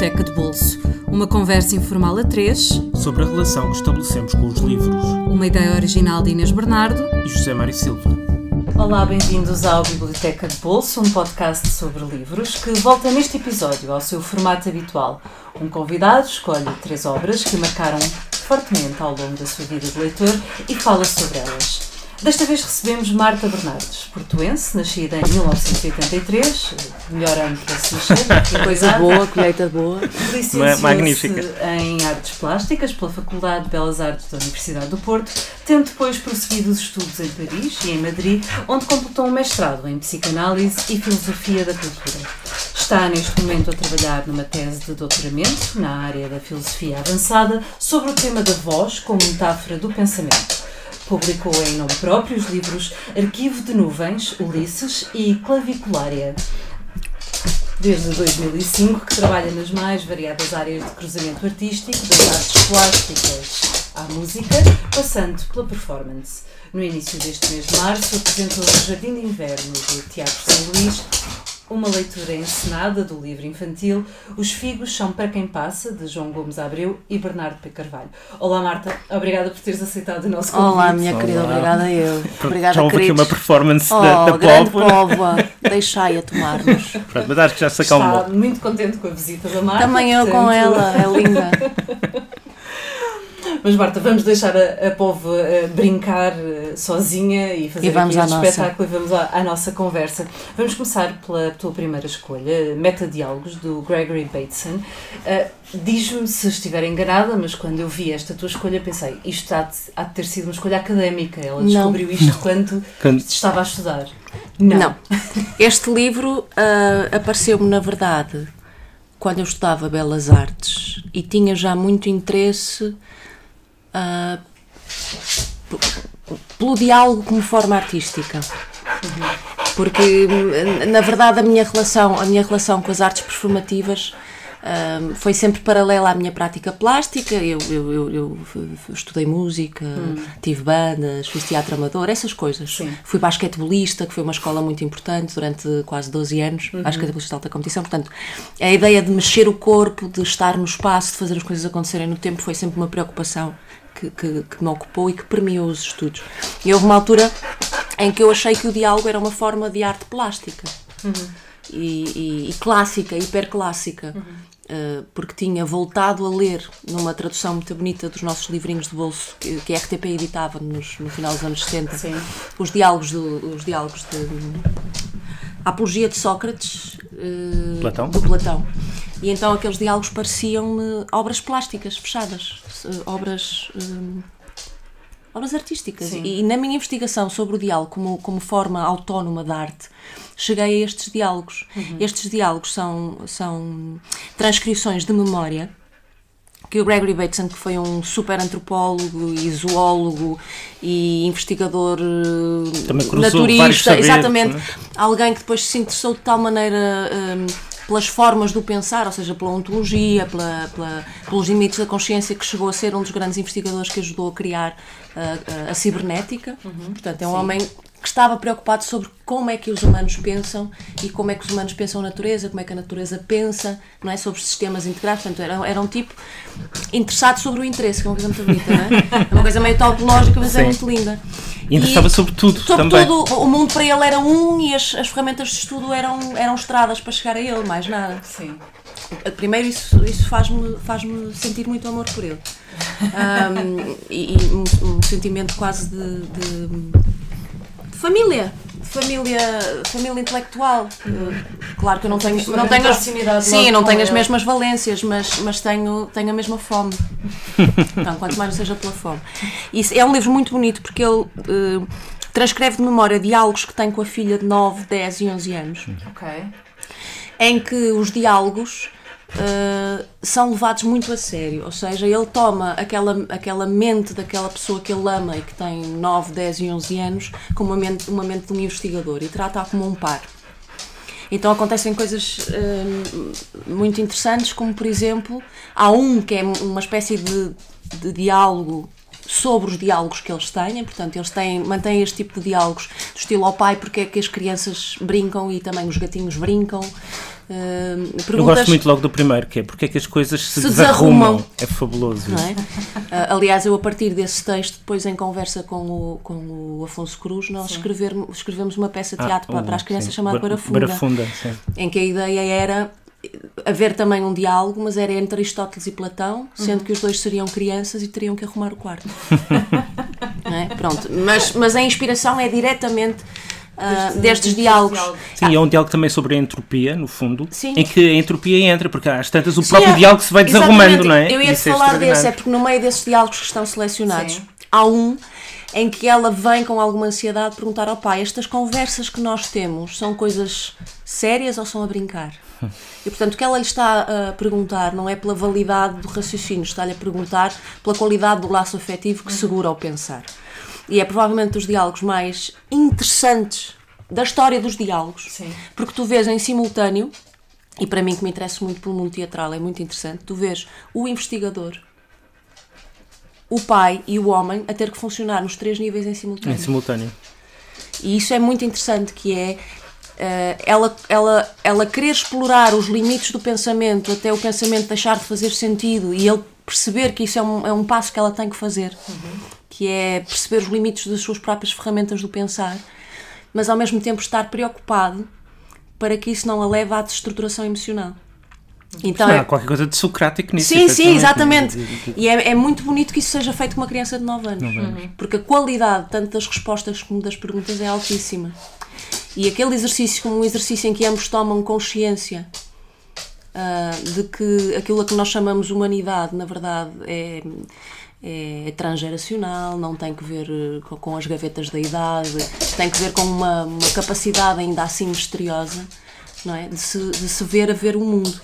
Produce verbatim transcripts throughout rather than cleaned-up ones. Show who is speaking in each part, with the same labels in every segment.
Speaker 1: Biblioteca de Bolso. Uma conversa informal a três
Speaker 2: sobre a relação que estabelecemos com os livros.
Speaker 1: Uma ideia original de Inês Bernardo
Speaker 2: e José Mário Silva.
Speaker 1: Olá, bem-vindos ao Biblioteca de Bolso, um podcast sobre livros que volta neste episódio ao seu formato habitual. Um convidado escolhe três obras que marcaram fortemente ao longo da sua vida de leitor e fala sobre elas. Desta vez recebemos Marta Bernardes, portuense, nascida em mil novecentos e oitenta e três, melhor ano para se nascer.
Speaker 3: Coisa boa, colheita boa.
Speaker 1: Licenciou-se em Artes Plásticas pela Faculdade de Belas Artes da Universidade do Porto, tendo depois prosseguido os estudos em Paris e em Madrid, onde completou um mestrado em Psicanálise e Filosofia da Cultura. Está neste momento a trabalhar numa tese de doutoramento na área da Filosofia Avançada sobre o tema da voz como metáfora do pensamento. Publicou em nome próprio os livros Arquivo de Nuvens, Ulisses e Claviculária. Desde dois mil e cinco que trabalha nas mais variadas áreas de cruzamento artístico, das artes plásticas à música, passando pela performance. No início deste mês de março, apresentou no Jardim de Inverno do Teatro São Luís uma leitura encenada do livro infantil Os Figos São para Quem Passa, de João Gomes Abreu e Bernardo P. Carvalho. Olá, Marta, obrigada por teres aceitado o nosso convite.
Speaker 3: Olá, minha querida, Olá. Obrigada eu. Obrigada,
Speaker 2: já houve
Speaker 3: queridos.
Speaker 2: Aqui uma performance
Speaker 3: oh,
Speaker 2: da, da
Speaker 3: grande
Speaker 2: Póvoa.
Speaker 3: Deixai-a tomar-nos.
Speaker 2: Pronto, mas acho que já se acalmou.
Speaker 1: Está muito contente com a visita da Marta.
Speaker 3: Também eu portanto... com ela, é linda.
Speaker 1: Mas Marta, vamos deixar a, a Póvoa uh, brincar uh, sozinha e fazer
Speaker 3: e vamos
Speaker 1: aqui este
Speaker 3: nossa.
Speaker 1: espetáculo e vamos à, à nossa conversa. Vamos começar pela tua primeira escolha, Metadiálogos, do Gregory Bateson. Uh, diz-me se estiver enganada, mas quando eu vi esta tua escolha pensei, isto há de, há de ter sido uma escolha académica. Ela descobriu
Speaker 3: Não.
Speaker 1: isto
Speaker 3: Não.
Speaker 1: Quando,
Speaker 2: quando
Speaker 1: estava a estudar. Não.
Speaker 3: Não. Este livro uh, apareceu-me, na verdade, quando eu estudava Belas Artes e tinha já muito interesse Uh, pelo diálogo como forma artística, porque na verdade a minha relação, a minha relação com as artes performativas uh, foi sempre paralela à minha prática plástica. Eu, eu, eu, eu estudei música, hum. tive bandas, fiz teatro amador, essas coisas.
Speaker 1: Sim.
Speaker 3: Fui basquetebolista, que foi uma escola muito importante durante quase doze anos, uhum. basquetebolista de alta competição. Portanto, a ideia de mexer o corpo, de estar no espaço, de fazer as coisas acontecerem no tempo foi sempre uma preocupação Que, que, que me ocupou e que permeou os estudos. E houve uma altura em que eu achei que o diálogo era uma forma de arte plástica uhum. e, e, e clássica, hiperclássica, uhum. uh, porque tinha voltado a ler numa tradução muito bonita dos nossos livrinhos de bolso que, que a R T P editava nos, no final dos anos sessenta, Sim. os diálogos, do, os diálogos de a Apologia de Sócrates uh,
Speaker 2: Platão.
Speaker 3: do Platão. E então aqueles diálogos pareciam-me obras plásticas, fechadas, obras, um, obras artísticas. E, e na minha investigação sobre o diálogo como, como forma autónoma da arte, cheguei a estes diálogos. Uhum. Estes diálogos são, são transcrições de memória que o Gregory Bateson, que foi um super antropólogo e zoólogo e investigador
Speaker 2: Também
Speaker 3: naturista,
Speaker 2: saberes,
Speaker 3: exatamente,
Speaker 2: né?
Speaker 3: Alguém que depois se interessou de tal maneira um, pelas formas do pensar, ou seja, pela ontologia, pela, pela, pelos limites da consciência, que chegou a ser um dos grandes investigadores que ajudou a criar a, a, a cibernética. Uhum. Portanto, é um Sim. homem que estava preocupado sobre como é que os humanos pensam e como é que os humanos pensam a natureza, como é que a natureza pensa, não é? Sobre os sistemas integrados. Portanto, era, era um tipo interessado sobre o interesse, que é uma coisa muito bonita, não é? É uma coisa meio tautológica, mas Sim. é muito linda.
Speaker 2: E interessava sobre tudo
Speaker 3: sobre
Speaker 2: também.
Speaker 3: Tudo, o mundo para ele era um e as, as ferramentas de estudo eram, eram estradas para chegar a ele, mais nada.
Speaker 1: Sim.
Speaker 3: Primeiro, isso, isso faz-me, faz-me sentir muito amor por ele. Um, e, e um, um sentimento quase de... de família, família, família intelectual. Claro que eu não tenho, não tenho as, sim, não tenho as mesmas valências, mas, mas tenho, tenho a mesma fome. Não, quanto mais não seja pela fome. Isso é um livro muito bonito porque ele uh, transcreve de memória diálogos que tem com a filha de nove, dez e onze anos.
Speaker 1: Ok.
Speaker 3: Em que os diálogos Uh, são levados muito a sério, ou seja, ele toma aquela, aquela mente daquela pessoa que ele ama e que tem nove, dez e onze anos como uma mente, uma mente de um investigador e trata-a como um par. Então acontecem coisas uh, muito interessantes, como por exemplo, há um que é uma espécie de, de diálogo sobre os diálogos que eles têm, portanto eles têm, mantêm este tipo de diálogos do estilo ao pai, porque é que as crianças brincam e também os gatinhos brincam. Uh, perguntas...
Speaker 2: Eu gosto muito logo do primeiro, que é porque é que as coisas se,
Speaker 3: se
Speaker 2: desarrumam.
Speaker 3: desarrumam.
Speaker 2: É fabuloso
Speaker 3: Não é? uh, aliás, eu a partir desse texto, depois em conversa com o, com o Afonso Cruz, nós escrever, escrevemos uma peça de teatro ah, para, para as crianças sim. chamada Barafunda,
Speaker 2: Barafunda sim.
Speaker 3: em que a ideia era haver também um diálogo, mas era entre Aristóteles e Platão, sendo uhum. que os dois seriam crianças e teriam que arrumar o quarto. Não é? Pronto, mas, mas a inspiração é diretamente Uh, destes diálogos.
Speaker 2: Sim, ah. é um diálogo também sobre a entropia, no fundo,
Speaker 3: Sim.
Speaker 2: em que a entropia entra, porque às tantas o
Speaker 3: Sim,
Speaker 2: próprio
Speaker 3: é,
Speaker 2: diálogo se vai desarrumando, não é?
Speaker 3: Eu ia-te falar desse, é porque no meio desses diálogos que estão selecionados, Sim. há um em que ela vem com alguma ansiedade perguntar ao pai, estas conversas que nós temos são coisas sérias ou são a brincar? E portanto o que ela lhe está a perguntar não é pela validade do raciocínio, está-lhe a perguntar pela qualidade do laço afetivo que segura ao pensar. E é provavelmente dos diálogos mais interessantes da história dos diálogos, Sim. porque tu vês em simultâneo, e para mim que me interessa muito pelo mundo teatral é muito interessante, tu vês o investigador, o pai e o homem a ter que funcionar nos três níveis em simultâneo.
Speaker 2: Em simultâneo.
Speaker 3: E isso é muito interessante, que é uh, ela, ela, ela querer explorar os limites do pensamento até o pensamento deixar de fazer sentido e ele perceber que isso é um, é um passo que ela tem que fazer. Uhum. Que é perceber os limites das suas próprias ferramentas do pensar, mas ao mesmo tempo estar preocupado para que isso não a leve à desestruturação emocional.
Speaker 2: Então, não, é... qualquer coisa de socrático nisso.
Speaker 3: Sim, sim, exatamente. E é, é muito bonito que isso seja feito com uma criança de nove anos, uhum. porque a qualidade tanto das respostas como das perguntas é altíssima. E aquele exercício como um exercício em que ambos tomam consciência uh, de que aquilo a que nós chamamos humanidade, na verdade, é... é transgeracional, não tem que ver com, com as gavetas da idade, tem que ver com uma, uma capacidade ainda assim misteriosa, não é? de, se, de se ver a ver o mundo.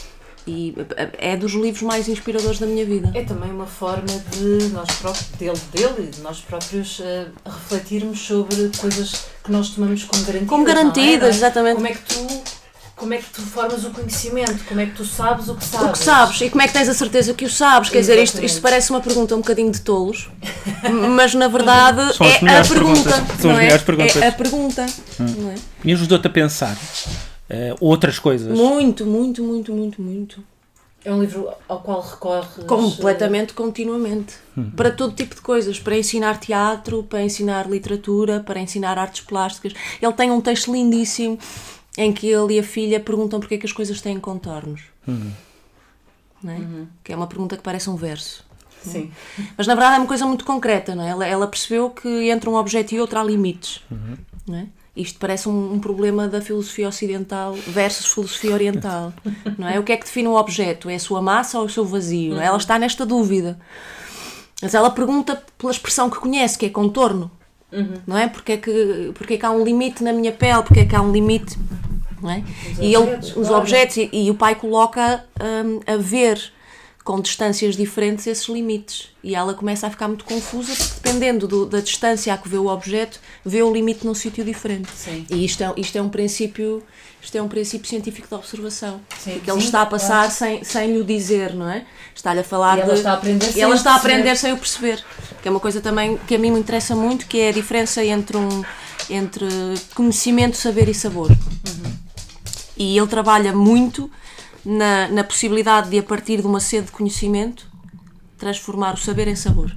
Speaker 3: E é dos livros mais inspiradores da minha vida.
Speaker 1: É também uma forma de nós próprios, dele, dele de nós próprios uh, refletirmos sobre coisas que nós tomamos como garantidas.
Speaker 3: Como garantidas, é? Exatamente.
Speaker 1: Como é que tu... Como é que tu formas o conhecimento? Como é que tu sabes o que sabes?
Speaker 3: O que sabes e como é que tens a certeza que o sabes? Quer Exatamente. dizer, isto, isto parece uma pergunta um bocadinho de tolos, mas na verdade é a pergunta.
Speaker 2: São as melhores perguntas.
Speaker 3: É a pergunta.
Speaker 2: Hum. Não é? E ajudou-te a pensar uh, outras coisas?
Speaker 3: Muito, muito, muito, muito, muito.
Speaker 1: É um livro ao qual recorres...
Speaker 3: Completamente, continuamente. Hum. Para todo tipo de coisas. Para ensinar teatro, para ensinar literatura, para ensinar artes plásticas. Ele tem um texto lindíssimo em que ele e a filha perguntam porque é que as coisas têm contornos. Uhum. Não é? Uhum. Que é uma pergunta que parece um verso.
Speaker 1: Sim.
Speaker 3: Mas na verdade é uma coisa muito concreta, não é? Ela, ela percebeu que entre um objeto e outro há limites. Uhum. Não é? Isto parece um, um problema da filosofia ocidental versus filosofia oriental. Não é? O que é que define um objeto? É a sua massa ou o seu vazio? Uhum. Ela está nesta dúvida. Mas ela pergunta pela expressão que conhece, que é contorno. Uhum. Não é? Porque é, que, porque é que há um limite na minha pele, porque é que há um limite, não é? Os e objetos, ele, os claro. objetos e, e o pai coloca um, a ver com distâncias diferentes esses limites e ela começa a ficar muito confusa porque dependendo do, da distância a que vê o objeto, vê o limite num sítio diferente.
Speaker 1: Sim.
Speaker 3: E isto é, isto é um princípio isto é um princípio científico de observação.
Speaker 1: Sim,
Speaker 3: que ele
Speaker 1: sim,
Speaker 3: está a passar
Speaker 1: claro.
Speaker 3: sem, sem lhe o dizer, não é? Está-lhe a falar
Speaker 1: e ela
Speaker 3: de...
Speaker 1: está a aprender sem
Speaker 3: e ela está a
Speaker 1: perceber.
Speaker 3: aprender sem o perceber. Que é uma coisa também que a mim me interessa muito, que é a diferença entre, um, entre conhecimento, saber e sabor. Uhum. E ele trabalha muito na, na possibilidade de, a partir de uma sede de conhecimento, transformar o saber em sabor.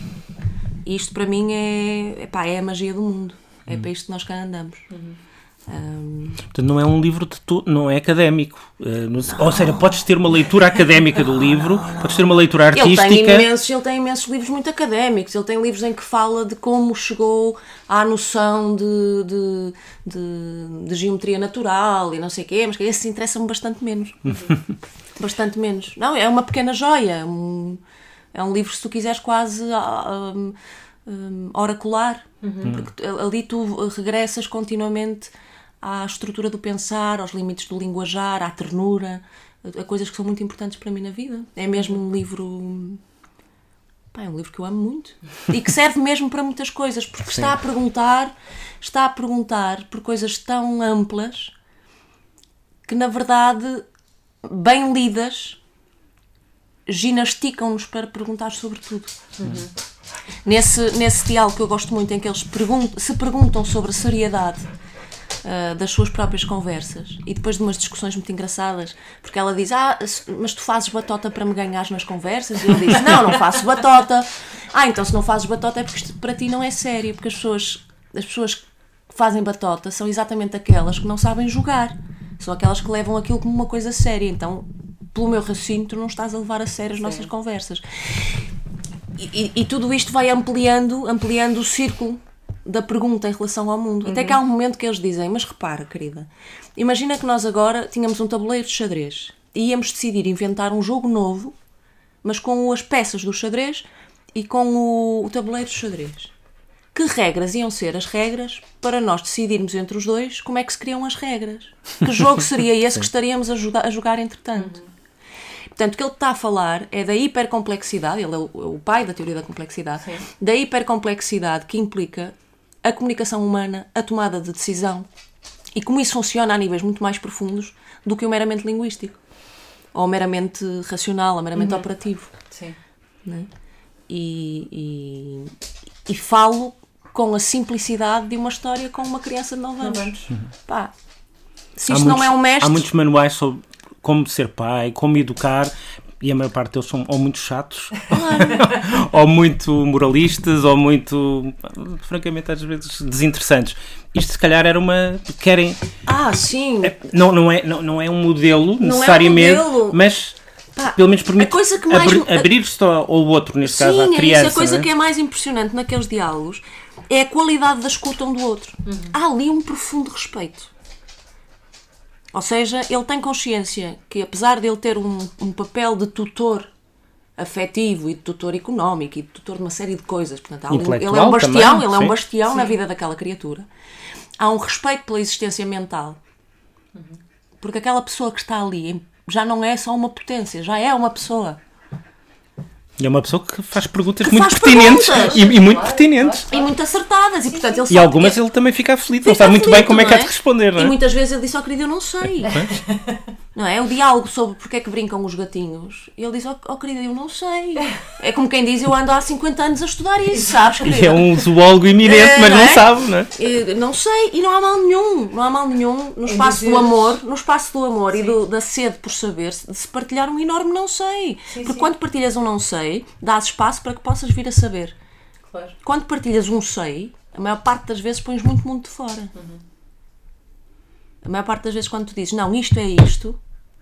Speaker 3: E isto para mim é, epá, é a magia do mundo. É uhum. para isto que nós cá andamos. Uhum. Um...
Speaker 2: Portanto, não é um livro de tu, não é académico. Uh, no, ou seja, podes ter uma leitura académica do livro, podes ter uma leitura artística.
Speaker 3: Ele tem, imensos, ele tem imensos livros muito académicos. Ele tem livros em que fala de como chegou à noção de, de, de, de geometria natural e não sei o quê, mas esse interessa-me bastante menos. Bastante menos. Não, é uma pequena joia. Um, é um livro, se tu quiseres, quase um, um, oracular. Uhum. Porque ali tu regressas continuamente à estrutura do pensar, aos limites do linguajar, à ternura, a coisas que são muito importantes para mim na vida. É mesmo um livro... Pá, é um livro que eu amo muito. E que serve mesmo para muitas coisas, porque
Speaker 2: Sim.
Speaker 3: está a perguntar, está a perguntar por coisas tão amplas que, na verdade, bem lidas, ginasticam-nos para perguntar sobre tudo. Uhum. Nesse, nesse diálogo que eu gosto muito, em que eles perguntam, se perguntam sobre a seriedade uh, das suas próprias conversas, e depois de umas discussões muito engraçadas, porque ela diz, ah, mas tu fazes batota para me ganhares nas conversas? E ele diz, não, não faço batota. Ah, então se não fazes batota é porque isto para ti não é sério, porque as pessoas, as pessoas que fazem batota são exatamente aquelas que não sabem jogar, são aquelas que levam aquilo como uma coisa séria, então pelo meu raciocínio tu não estás a levar a sério as nossas conversas. E, e, e tudo isto vai ampliando, ampliando o círculo da pergunta em relação ao mundo. Uhum. Até que há um momento que eles dizem, mas repara, querida, imagina que nós agora tínhamos um tabuleiro de xadrez e íamos decidir inventar um jogo novo, mas com as peças do xadrez e com o, o tabuleiro de xadrez. Que regras iam ser as regras para nós decidirmos entre os dois como é que se criam as regras? Que jogo seria esse que estaríamos a, jogar, a jogar entretanto? Uhum. Portanto, o que ele está a falar é da hipercomplexidade, ele é o, o pai da teoria da complexidade, Sim. da hipercomplexidade que implica a comunicação humana, a tomada de decisão, e como isso funciona a níveis muito mais profundos do que o meramente linguístico, ou meramente racional, ou meramente uhum. operativo.
Speaker 1: Sim.
Speaker 3: Né? E, e, e falo com a simplicidade de uma história com uma criança de nove anos. Uhum. Pá, se isto não é um mestre...
Speaker 2: Há muitos manuais sobre como ser pai, como educar, e a maior parte deles são ou muito chatos, claro. ou muito moralistas, ou muito, francamente, às vezes desinteressantes. Isto, se calhar, era uma... Querem...
Speaker 3: Ah, sim!
Speaker 2: É, não, não, é, não, não é um modelo, não necessariamente, é um modelo. Mas... Pá, pelo menos permite mais... abri- abrir-se ao, ao outro, neste
Speaker 3: sim,
Speaker 2: caso, à criança.
Speaker 3: Sim, a coisa
Speaker 2: é?
Speaker 3: que é mais impressionante naqueles diálogos é a qualidade da escuta um do outro. Uhum. Há ali um profundo respeito. Ou seja, ele tem consciência que, apesar de ele ter um, um papel de tutor afetivo e de tutor económico e de tutor de uma série de coisas, portanto, há ali, ele é um bastião,
Speaker 2: também,
Speaker 3: ele é
Speaker 2: sim.
Speaker 3: um bastião
Speaker 1: sim.
Speaker 3: na vida daquela criatura. Há um respeito pela existência mental. Uhum. Porque aquela pessoa que está ali já não é só uma potência, já é uma pessoa.
Speaker 2: E é uma pessoa que faz perguntas
Speaker 3: que
Speaker 2: muito
Speaker 3: faz
Speaker 2: pertinentes
Speaker 3: perguntas.
Speaker 2: E, e muito
Speaker 1: claro,
Speaker 2: pertinentes.
Speaker 3: Claro, claro. E muito acertadas. E, portanto, ele
Speaker 2: e algumas ele também fica aflito, não sabe muito bem como é que há de responder. Não é?
Speaker 3: E muitas vezes ele diz, ó oh, querido, eu não sei. Não é? O diálogo sobre porque é que brincam os gatinhos. E ele diz, ó oh, oh, querido, eu não sei. É como quem diz, eu ando há cinquenta anos a estudar isso, sabes, querido?
Speaker 2: E é um zoólogo eminente, é, mas não, não é? sabe, não é?
Speaker 3: Eu não sei, e não há mal nenhum. Não há mal nenhum no espaço do amor, no espaço do amor sim. e do, da sede por saber, de se partilhar um enorme não sei. Sim, porque sim. quando partilhas um não sei, dás espaço para que possas vir a saber. Claro. Quando partilhas um sei, a maior parte das vezes pões muito mundo de fora. Uhum. A maior parte das vezes quando tu dizes não, isto é isto,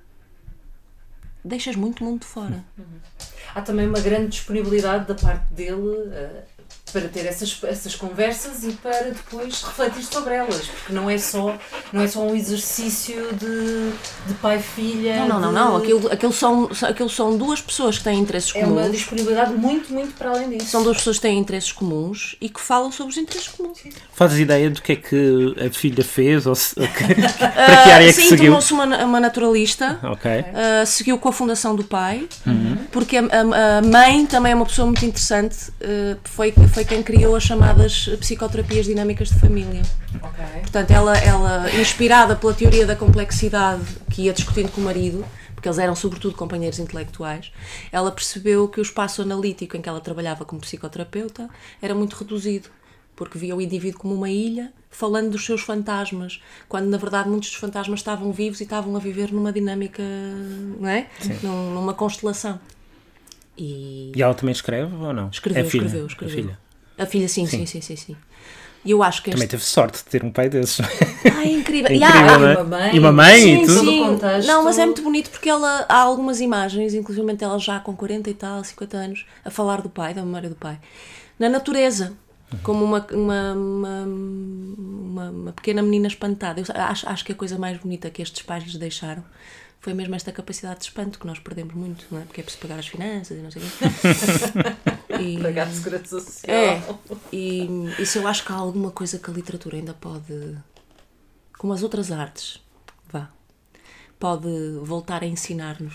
Speaker 3: deixas muito mundo de fora.
Speaker 1: Uhum. Há também uma grande disponibilidade da parte dele uh, para ter essas, essas conversas e para depois refletir sobre elas, porque não é só, não é só um exercício de, de pai-filha.
Speaker 3: Não, não, não,
Speaker 1: de...
Speaker 3: não. Aquilo, aquilo, são, aquilo são duas pessoas que têm interesses
Speaker 1: é
Speaker 3: comuns.
Speaker 1: É uma disponibilidade muito, muito para além disso.
Speaker 3: São duas pessoas que têm interesses comuns e que falam sobre os interesses comuns.
Speaker 2: Fazes ideia do que é que a filha fez? Ou se, que, para que área é que
Speaker 3: sim,
Speaker 2: seguiu? Sim,
Speaker 3: tornou-se uma, uma naturalista.
Speaker 2: Okay.
Speaker 3: Uh, seguiu com a fundação do pai,
Speaker 2: uhum.
Speaker 3: porque a, a, a mãe também é uma pessoa muito interessante. Uh, foi, foi quem criou as chamadas psicoterapias dinâmicas de família.
Speaker 1: Okay.
Speaker 3: Portanto, ela, ela, inspirada pela teoria da complexidade que ia discutindo com o marido, porque eles eram sobretudo companheiros intelectuais, ela percebeu que o espaço analítico em que ela trabalhava como psicoterapeuta era muito reduzido, porque via o indivíduo como uma ilha, falando dos seus fantasmas, quando na verdade muitos dos fantasmas estavam vivos e estavam a viver numa dinâmica, não é? Num, numa constelação. E...
Speaker 2: e ela também escreve ou não?
Speaker 3: Escreveu,
Speaker 2: é filha,
Speaker 3: escreveu, escreveu.
Speaker 2: A filha.
Speaker 3: A filha, sim, sim, sim, sim, sim. E eu acho que
Speaker 2: também
Speaker 3: este...
Speaker 2: teve sorte de ter um pai desses.
Speaker 3: Ah, é incrível.
Speaker 2: É incrível,
Speaker 3: yeah.
Speaker 2: não é?
Speaker 1: E uma mãe,
Speaker 2: e, uma mãe
Speaker 3: sim,
Speaker 2: e tudo.
Speaker 3: Sim. Não, mas é muito bonito porque ela, há algumas imagens, inclusive ela já com quarenta e tal, cinquenta anos, a falar do pai, da memória do pai, na natureza, como uma, uma, uma, uma, uma pequena menina espantada. Eu acho, acho que a coisa mais bonita que estes pais lhes deixaram foi mesmo esta capacidade de espanto que nós perdemos muito, não é? Porque é preciso pagar as finanças e não sei o quê.
Speaker 1: E pagar a segurança social.
Speaker 3: É, e isso eu acho que há alguma coisa que a literatura ainda pode, como as outras artes, vá, pode voltar a ensinar-nos,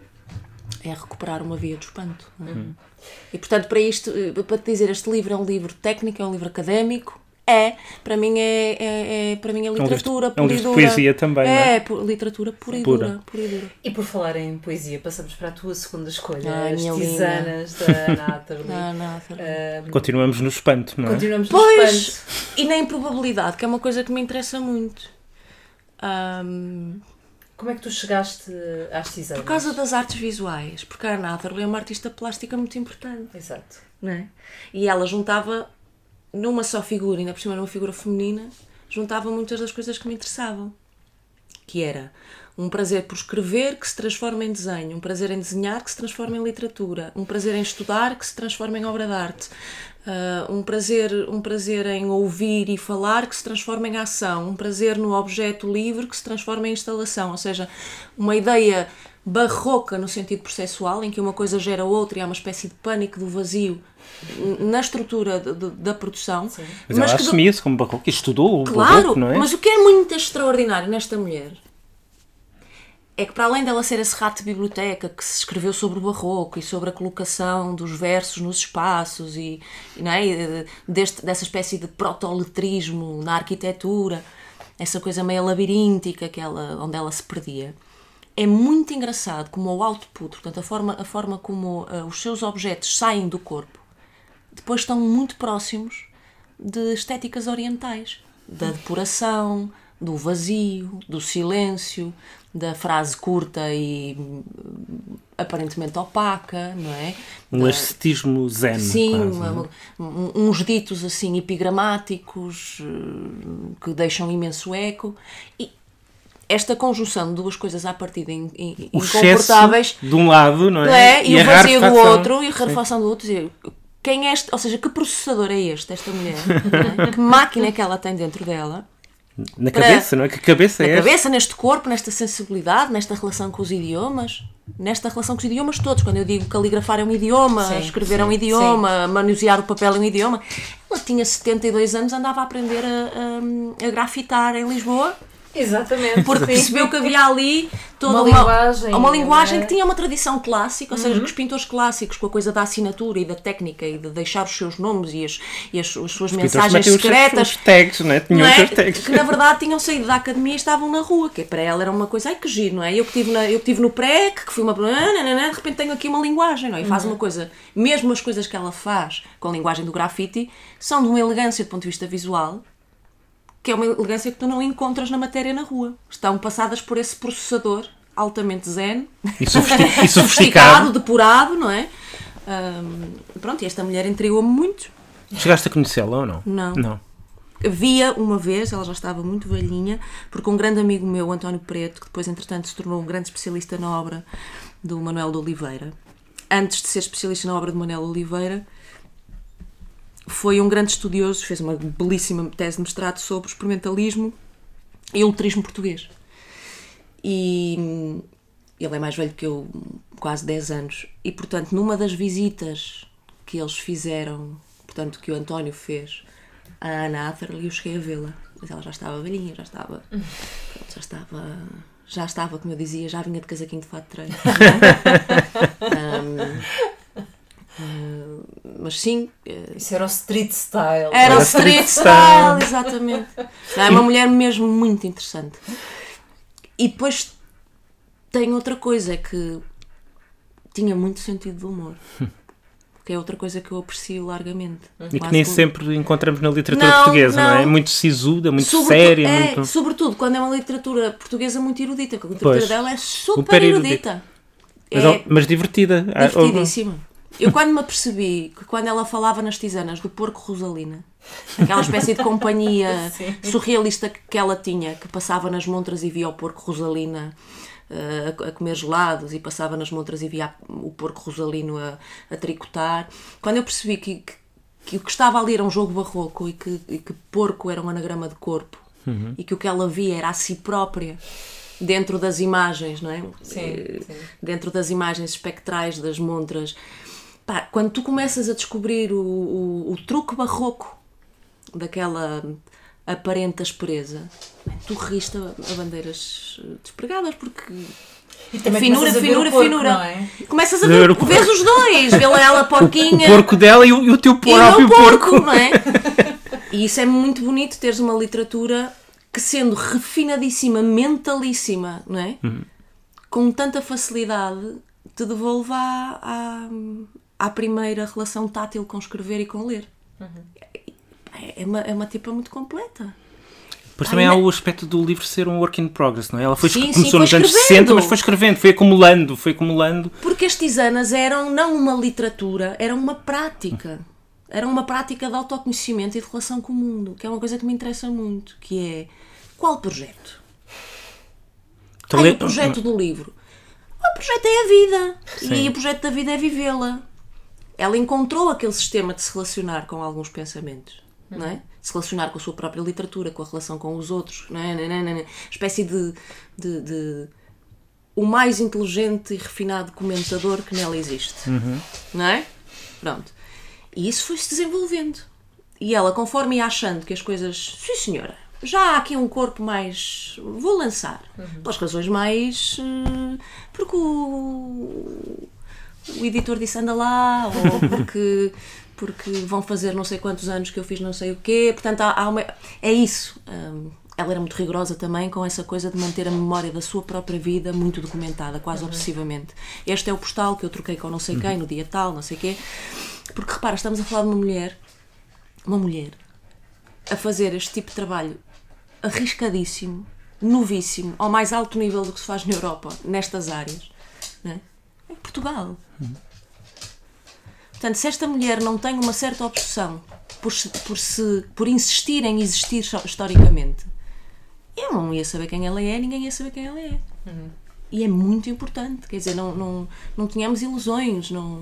Speaker 3: é recuperar uma via de espanto. Não é? Uhum. E portanto, para isto, para te dizer, este livro é um livro técnico, é um livro académico, É, para mim é, é, é, para mim é literatura
Speaker 2: é um livro,
Speaker 3: pura e dura.
Speaker 2: É um livro de poesia também,
Speaker 3: é,
Speaker 2: não é?
Speaker 3: É, literatura pura e
Speaker 2: pura.
Speaker 3: dura, pura e dura.
Speaker 1: E por falar em poesia, passamos para a tua segunda escolha,
Speaker 3: Ai,
Speaker 1: as
Speaker 3: minha
Speaker 1: tisanas da Anna Atterley.
Speaker 3: Ah, não,
Speaker 1: Um,
Speaker 2: Continuamos no espanto, não é?
Speaker 1: continuamos no
Speaker 3: Pois,
Speaker 1: espanto.
Speaker 3: e na improbabilidade, que é uma coisa que me interessa muito. Um,
Speaker 1: Como é que tu chegaste às tisanas?
Speaker 3: por causa das artes visuais, porque a Anna Atterley é uma artista plástica muito importante.
Speaker 1: Exato.
Speaker 3: Não é? E ela juntava numa só figura, ainda por cima numa figura feminina, juntava muitas das coisas que me interessavam, que era um prazer por escrever que se transforma em desenho, um prazer em desenhar que se transforma em literatura, um prazer em estudar que se transforma em obra de arte, uh, um, prazer, um prazer em ouvir e falar que se transforma em ação, um prazer no objeto livre que se transforma em instalação, ou seja, uma ideia barroca no sentido processual, em que uma coisa gera outra e há uma espécie de pânico do vazio na estrutura de, de, da produção.
Speaker 2: Sim. Mas, mas ela
Speaker 3: que
Speaker 2: assumia-se como barroco e estudou o
Speaker 3: claro,
Speaker 2: barroco, não é?
Speaker 3: Mas o que é muito extraordinário nesta mulher é que, para além dela ser esse rato de biblioteca que se escreveu sobre o barroco e sobre a colocação dos versos nos espaços e, e, não é? Deste, dessa espécie de protoletrismo na arquitetura, essa coisa meio labiríntica que ela, onde ela se perdia, é muito engraçado como o output, portanto a forma, a forma como uh, os seus objetos saem do corpo, depois estão muito próximos de estéticas orientais, da depuração, do vazio, do silêncio, da frase curta e aparentemente opaca, não é?
Speaker 2: Um
Speaker 3: da...
Speaker 2: ascetismo zen.
Speaker 3: Sim,
Speaker 2: quase,
Speaker 3: uma, uns ditos assim epigramáticos que deixam imenso eco. E esta conjunção de duas coisas à partida in, in,
Speaker 2: o
Speaker 3: incomportáveis
Speaker 2: de um lado, não é?
Speaker 3: é e, e o vazio do outro, e a rarefação do outro. Dizer, quem é este? Ou seja, que processador é este, esta mulher? É? Que máquina é que ela tem dentro dela?
Speaker 2: Na cabeça, não é? Que cabeça é
Speaker 3: Na
Speaker 2: esta?
Speaker 3: cabeça, neste corpo, nesta sensibilidade, nesta relação com os idiomas, nesta relação com os idiomas todos. Quando eu digo caligrafar é um idioma, sim, escrever sim, é um idioma, sim. manusear o papel é um idioma. Ela tinha setenta e dois anos, andava a aprender a, a, a grafitar em Lisboa.
Speaker 1: Exatamente.
Speaker 3: Porque percebeu que havia ali toda
Speaker 1: uma, uma linguagem,
Speaker 3: uma linguagem
Speaker 1: é?
Speaker 3: que tinha uma tradição clássica, ou seja,
Speaker 1: uhum.
Speaker 3: que os pintores clásicos, com a coisa da assinatura e da técnica e de deixar os seus nomes e as, e as, as suas
Speaker 2: os
Speaker 3: mensagens secretas,
Speaker 2: os, os tags, não é? Tinham
Speaker 3: não é?
Speaker 2: os seus tags.
Speaker 3: Que na verdade tinham saído da academia e estavam na rua, que para ela era uma coisa, ai que giro, não é? Eu que estive na, eu que tive no pré, que fui uma. De repente tenho aqui uma linguagem, não é? E faz uhum. uma coisa, mesmo as coisas que ela faz com a linguagem do grafite são de uma elegância do ponto de vista visual, que é uma elegância que tu não encontras na matéria na rua. Estão passadas por esse processador altamente zen
Speaker 2: e, sofisticado. e
Speaker 3: sofisticado, depurado, não é? Um, pronto, e esta mulher intrigou-me muito.
Speaker 2: Chegaste a conhecê-la ou não?
Speaker 3: Não.
Speaker 2: Não.
Speaker 3: Via uma vez, ela já estava muito velhinha, porque um grande amigo meu, António Preto, que depois entretanto se tornou um grande especialista na obra do Manuel de Oliveira, antes de ser especialista na obra de Manuel de Oliveira, foi um grande estudioso, fez uma belíssima tese de mestrado sobre o experimentalismo e o letrismo português. E ele é mais velho que eu, quase dez anos. E, portanto, numa das visitas que eles fizeram, portanto, que o António fez à Anna Atterley, eu cheguei a vê-la. Mas ela já estava velhinha, já estava... Pronto, já estava... Já estava, como eu dizia, já vinha de casaquinho de fato de treino. um, Uh, mas sim, uh,
Speaker 1: isso era o street style.
Speaker 3: Era, era o street, street style, style, exatamente. É uma mulher mesmo muito interessante. E depois tem outra coisa, é que tinha muito sentido de humor, que é outra coisa que eu aprecio largamente.
Speaker 2: E que nem como... sempre encontramos na literatura
Speaker 3: não,
Speaker 2: portuguesa, não, não é? Muito sisuda, muito
Speaker 3: sobretudo,
Speaker 2: séria.
Speaker 3: É,
Speaker 2: muito...
Speaker 3: Sobretudo quando é uma literatura portuguesa muito erudita, porque a literatura
Speaker 2: pois,
Speaker 3: dela é super,
Speaker 2: super
Speaker 3: erudita.
Speaker 2: Mas,
Speaker 3: é
Speaker 2: mas divertida.
Speaker 3: Divertidíssima. Eu quando me apercebi que quando ela falava nas tisanas do porco Rosalina, aquela espécie de companhia surrealista que ela tinha, que passava nas montras e via o porco Rosalina uh, a comer gelados e passava nas montras e via o porco Rosalino a, a tricotar, quando eu percebi que, que, que o que estava ali era um jogo barroco e que, e que porco era um anagrama de corpo, uhum. e que o que ela via era a si própria dentro das imagens, não é?
Speaker 1: Sim, sim.
Speaker 3: Dentro das imagens espectrais das montras. Pá, quando tu começas a descobrir o, o, o truque barroco daquela aparente aspereza, tu riste a, a bandeiras despregadas, porque finura, finura, porco, finura. Não é? Começas a ver, vês os dois, vê-la ela porquinha.
Speaker 2: O porco dela e o, e o teu próprio
Speaker 3: e o meu porco,
Speaker 2: porco.
Speaker 3: Não é? E isso é muito bonito, teres uma literatura que, sendo refinadíssima, mentalíssima, não é? Uhum. Com tanta facilidade, te devolva à, à, à primeira relação tátil com escrever e com ler. Uhum. É, uma, é uma tipa muito completa.
Speaker 2: Depois também Ai, há o aspecto do livro ser um work in progress, não é? Ela foi,
Speaker 3: sim,
Speaker 2: começou
Speaker 3: sim, foi
Speaker 2: nos anos sessenta, mas foi escrevendo, foi acumulando, foi acumulando.
Speaker 3: Porque as tisanas eram não uma literatura, eram uma prática. Era uma prática de autoconhecimento e de relação com o mundo, que é uma coisa que me interessa muito, que é, qual projeto? Qual é o projeto do livro? O projeto é a vida. Sim. E o projeto da vida é vivê-la. Ela encontrou aquele sistema de se relacionar com alguns pensamentos, uhum. não é? Se relacionar com a sua própria literatura, com a relação com os outros, não é? Não, não, não. Espécie de, de, de o mais inteligente e refinado comentador que nela existe,
Speaker 2: uhum.
Speaker 3: não é? Pronto. E isso foi-se desenvolvendo. E ela, conforme ia achando que as coisas... Sim, senhora, já há aqui um corpo mais... Vou lançar. Uhum. Pelas razões mais... Uh, porque o... O editor disse anda lá, ou porque... porque vão fazer não sei quantos anos que eu fiz não sei o quê. Portanto, há, há uma... É isso. Um, ela era muito rigorosa também com essa coisa de manter a memória da sua própria vida muito documentada, quase uhum. obsessivamente. Este é o postal que eu troquei com não sei quem, no dia tal, não sei o quê. Porque, repara, estamos a falar de uma mulher, uma mulher, a fazer este tipo de trabalho arriscadíssimo, novíssimo, ao mais alto nível do que se faz na Europa, nestas áreas, não é? Em Portugal. Uhum. Portanto, se esta mulher não tem uma certa obsessão por, se, por, se, por insistir em existir historicamente, eu não ia saber quem ela é, ninguém ia saber quem ela é. Uhum. E é muito importante, quer dizer, não, não, não tínhamos ilusões, não,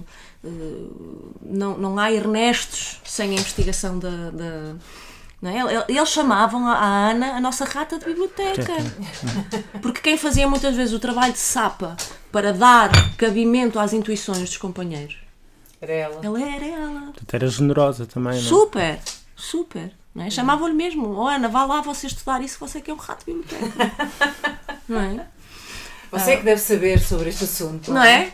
Speaker 3: uh, não, não há Ernestos sem a investigação da... da não é? Eles chamavam a, a Ana a nossa rata de biblioteca, porque quem fazia muitas vezes o trabalho de sapa para dar cabimento às intuições dos companheiros
Speaker 1: era ela.
Speaker 3: Ela era ela.
Speaker 2: Portanto, era generosa também, não é?
Speaker 3: Super, super. Não é? Chamavam-lhe mesmo, oh, Ana, vá lá você estudar isso, você que é um rato de biblioteca. Não é?
Speaker 1: Você é que deve saber sobre este assunto.
Speaker 3: Não é?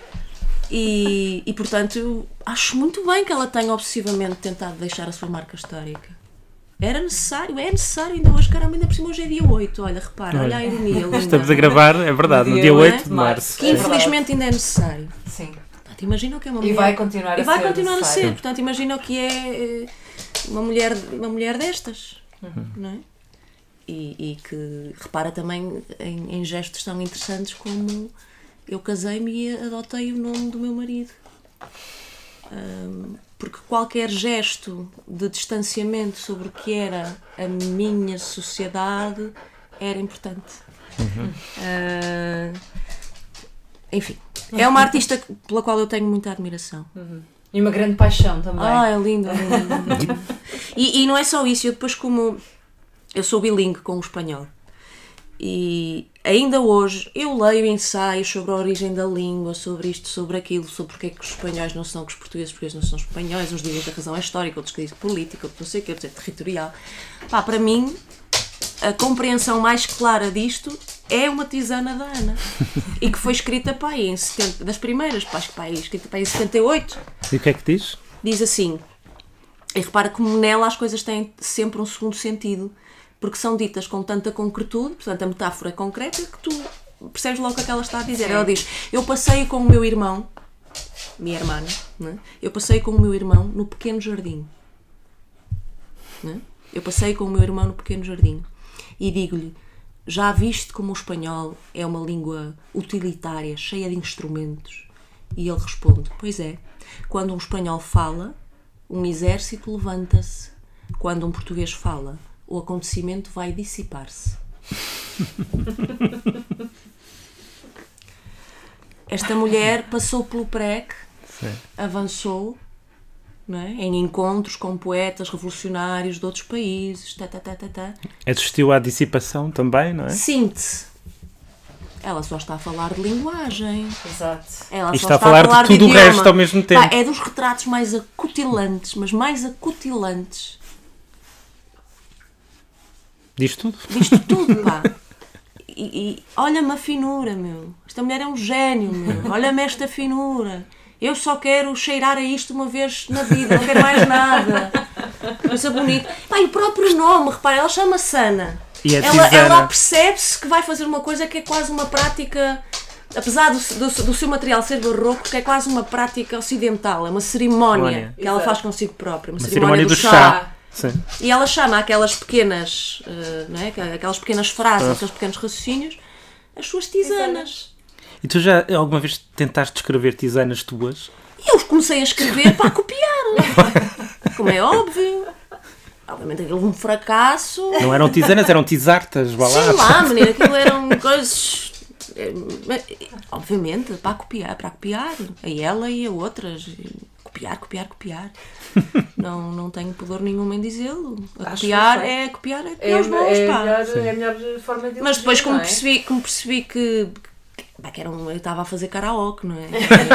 Speaker 3: E, e portanto, eu acho muito bem que ela tenha obsessivamente tentado deixar a sua marca histórica. Era necessário, é necessário, ainda hoje, caramba, ainda por cima hoje é dia oito, olha, repara, olha, olha a ironia. Linda.
Speaker 2: Estamos a gravar, é verdade, no dia, no dia oito de março.
Speaker 3: Que infelizmente ainda é necessário.
Speaker 1: Sim.
Speaker 3: Portanto, imagina o que é uma mulher...
Speaker 1: E vai continuar a
Speaker 3: e vai
Speaker 1: ser
Speaker 3: continuar
Speaker 1: necessário.
Speaker 3: a ser, portanto, imagina o que é uma mulher, uma mulher destas, uhum. não é? E, e que repara também em, em gestos tão interessantes como eu casei-me e adotei o nome do meu marido. Um, porque qualquer gesto de distanciamento sobre o que era a minha sociedade era importante.
Speaker 2: Uhum.
Speaker 3: Uh, enfim, é uma artista pela qual eu tenho muita admiração.
Speaker 1: Uhum. E uma grande paixão também.
Speaker 3: Ah, é lindo, é lindo. e, e não é só isso, eu depois como... Eu sou bilingue com o espanhol e ainda hoje eu leio ensaios sobre a origem da língua, sobre isto, sobre aquilo, sobre porque é que os espanhóis não são que os portugueses, porque eles não são espanhóis, uns dizem que a razão é histórica, outros que dizem política, outros não sei o que, outros é territorial. Pá, para mim, a compreensão mais clara disto é uma tisana da Ana e que foi escrita pá, em setenta, das primeiras, pá, pá, escrita pá, em setenta e oito.
Speaker 2: E o que é que diz?
Speaker 3: Diz assim, e repara como nela as coisas têm sempre um segundo sentido, porque são ditas com tanta concretude, portanto a metáfora é concreta, que tu percebes logo o que ela está a dizer. Sim. Ela diz, eu passei com o meu irmão, minha irmã, né? eu passei com o meu irmão no pequeno jardim. Né? Eu passei com o meu irmão no pequeno jardim e digo-lhe, já viste como o espanhol é uma língua utilitária, cheia de instrumentos? E ele responde, pois é, quando um espanhol fala, um exército levanta-se. Quando um português fala, o acontecimento vai dissipar-se. Esta mulher passou pelo P R E C, sim. avançou, não é? Em encontros com poetas revolucionários de outros países. Tá, tá, tá, tá, tá.
Speaker 2: Assistiu à dissipação também, não é?
Speaker 3: Síntese. Ela só está a falar de linguagem.
Speaker 1: Exato.
Speaker 3: Ela
Speaker 2: e
Speaker 3: só
Speaker 2: está, está a falar, a falar de tudo de o resto ao mesmo tempo.
Speaker 3: Pá, é dos retratos mais acutilantes, mas mais acutilantes.
Speaker 2: Diz tudo.
Speaker 3: Diz tudo, pá. E, e olha-me a finura, meu. Esta mulher é um gênio, meu. Olha-me esta finura. Eu só quero cheirar a isto uma vez na vida, não quero mais nada. Coisa bonita. Pá, e o próprio nome, repara, ela chama-se Ana.
Speaker 2: E é
Speaker 3: ela,
Speaker 2: tisana.
Speaker 3: ela percebe-se que vai fazer uma coisa que é quase uma prática, apesar do, do, do seu material ser barroco, que é quase uma prática ocidental, é uma cerimónia
Speaker 2: Olha.
Speaker 3: que ela
Speaker 1: Exato.
Speaker 3: faz consigo própria, uma,
Speaker 2: Uma
Speaker 3: cerimónia,
Speaker 2: cerimónia
Speaker 3: do,
Speaker 2: do
Speaker 3: chá.
Speaker 2: chá. Sim.
Speaker 3: E ela chama aquelas pequenas, uh, não é? aquelas pequenas frases, aqueles pequenos raciocínios, as suas tisanas.
Speaker 2: E tu já alguma vez tentaste escrever tisanas tuas?
Speaker 3: E eu comecei a escrever para copiar, como é óbvio. Obviamente aquilo foi um fracasso.
Speaker 2: Não eram tisanas, eram tisartas, vá lá.
Speaker 3: Sei lá, menina, aquilo eram coisas. Obviamente, para copiar, para copiar. A ela e a outras. Copiar, copiar, copiar. Não, não tenho pudor nenhum em dizê-lo. A
Speaker 1: Acho
Speaker 3: copiar
Speaker 1: que
Speaker 3: é copiar, é
Speaker 1: É,
Speaker 3: copiar os bons,
Speaker 1: é,
Speaker 3: pá.
Speaker 1: a melhor, é a melhor forma de
Speaker 3: Mas depois,
Speaker 1: elogio,
Speaker 3: como
Speaker 1: não é?
Speaker 3: percebi, como percebi que. Pá, que era um, eu estava a fazer karaoke, não é?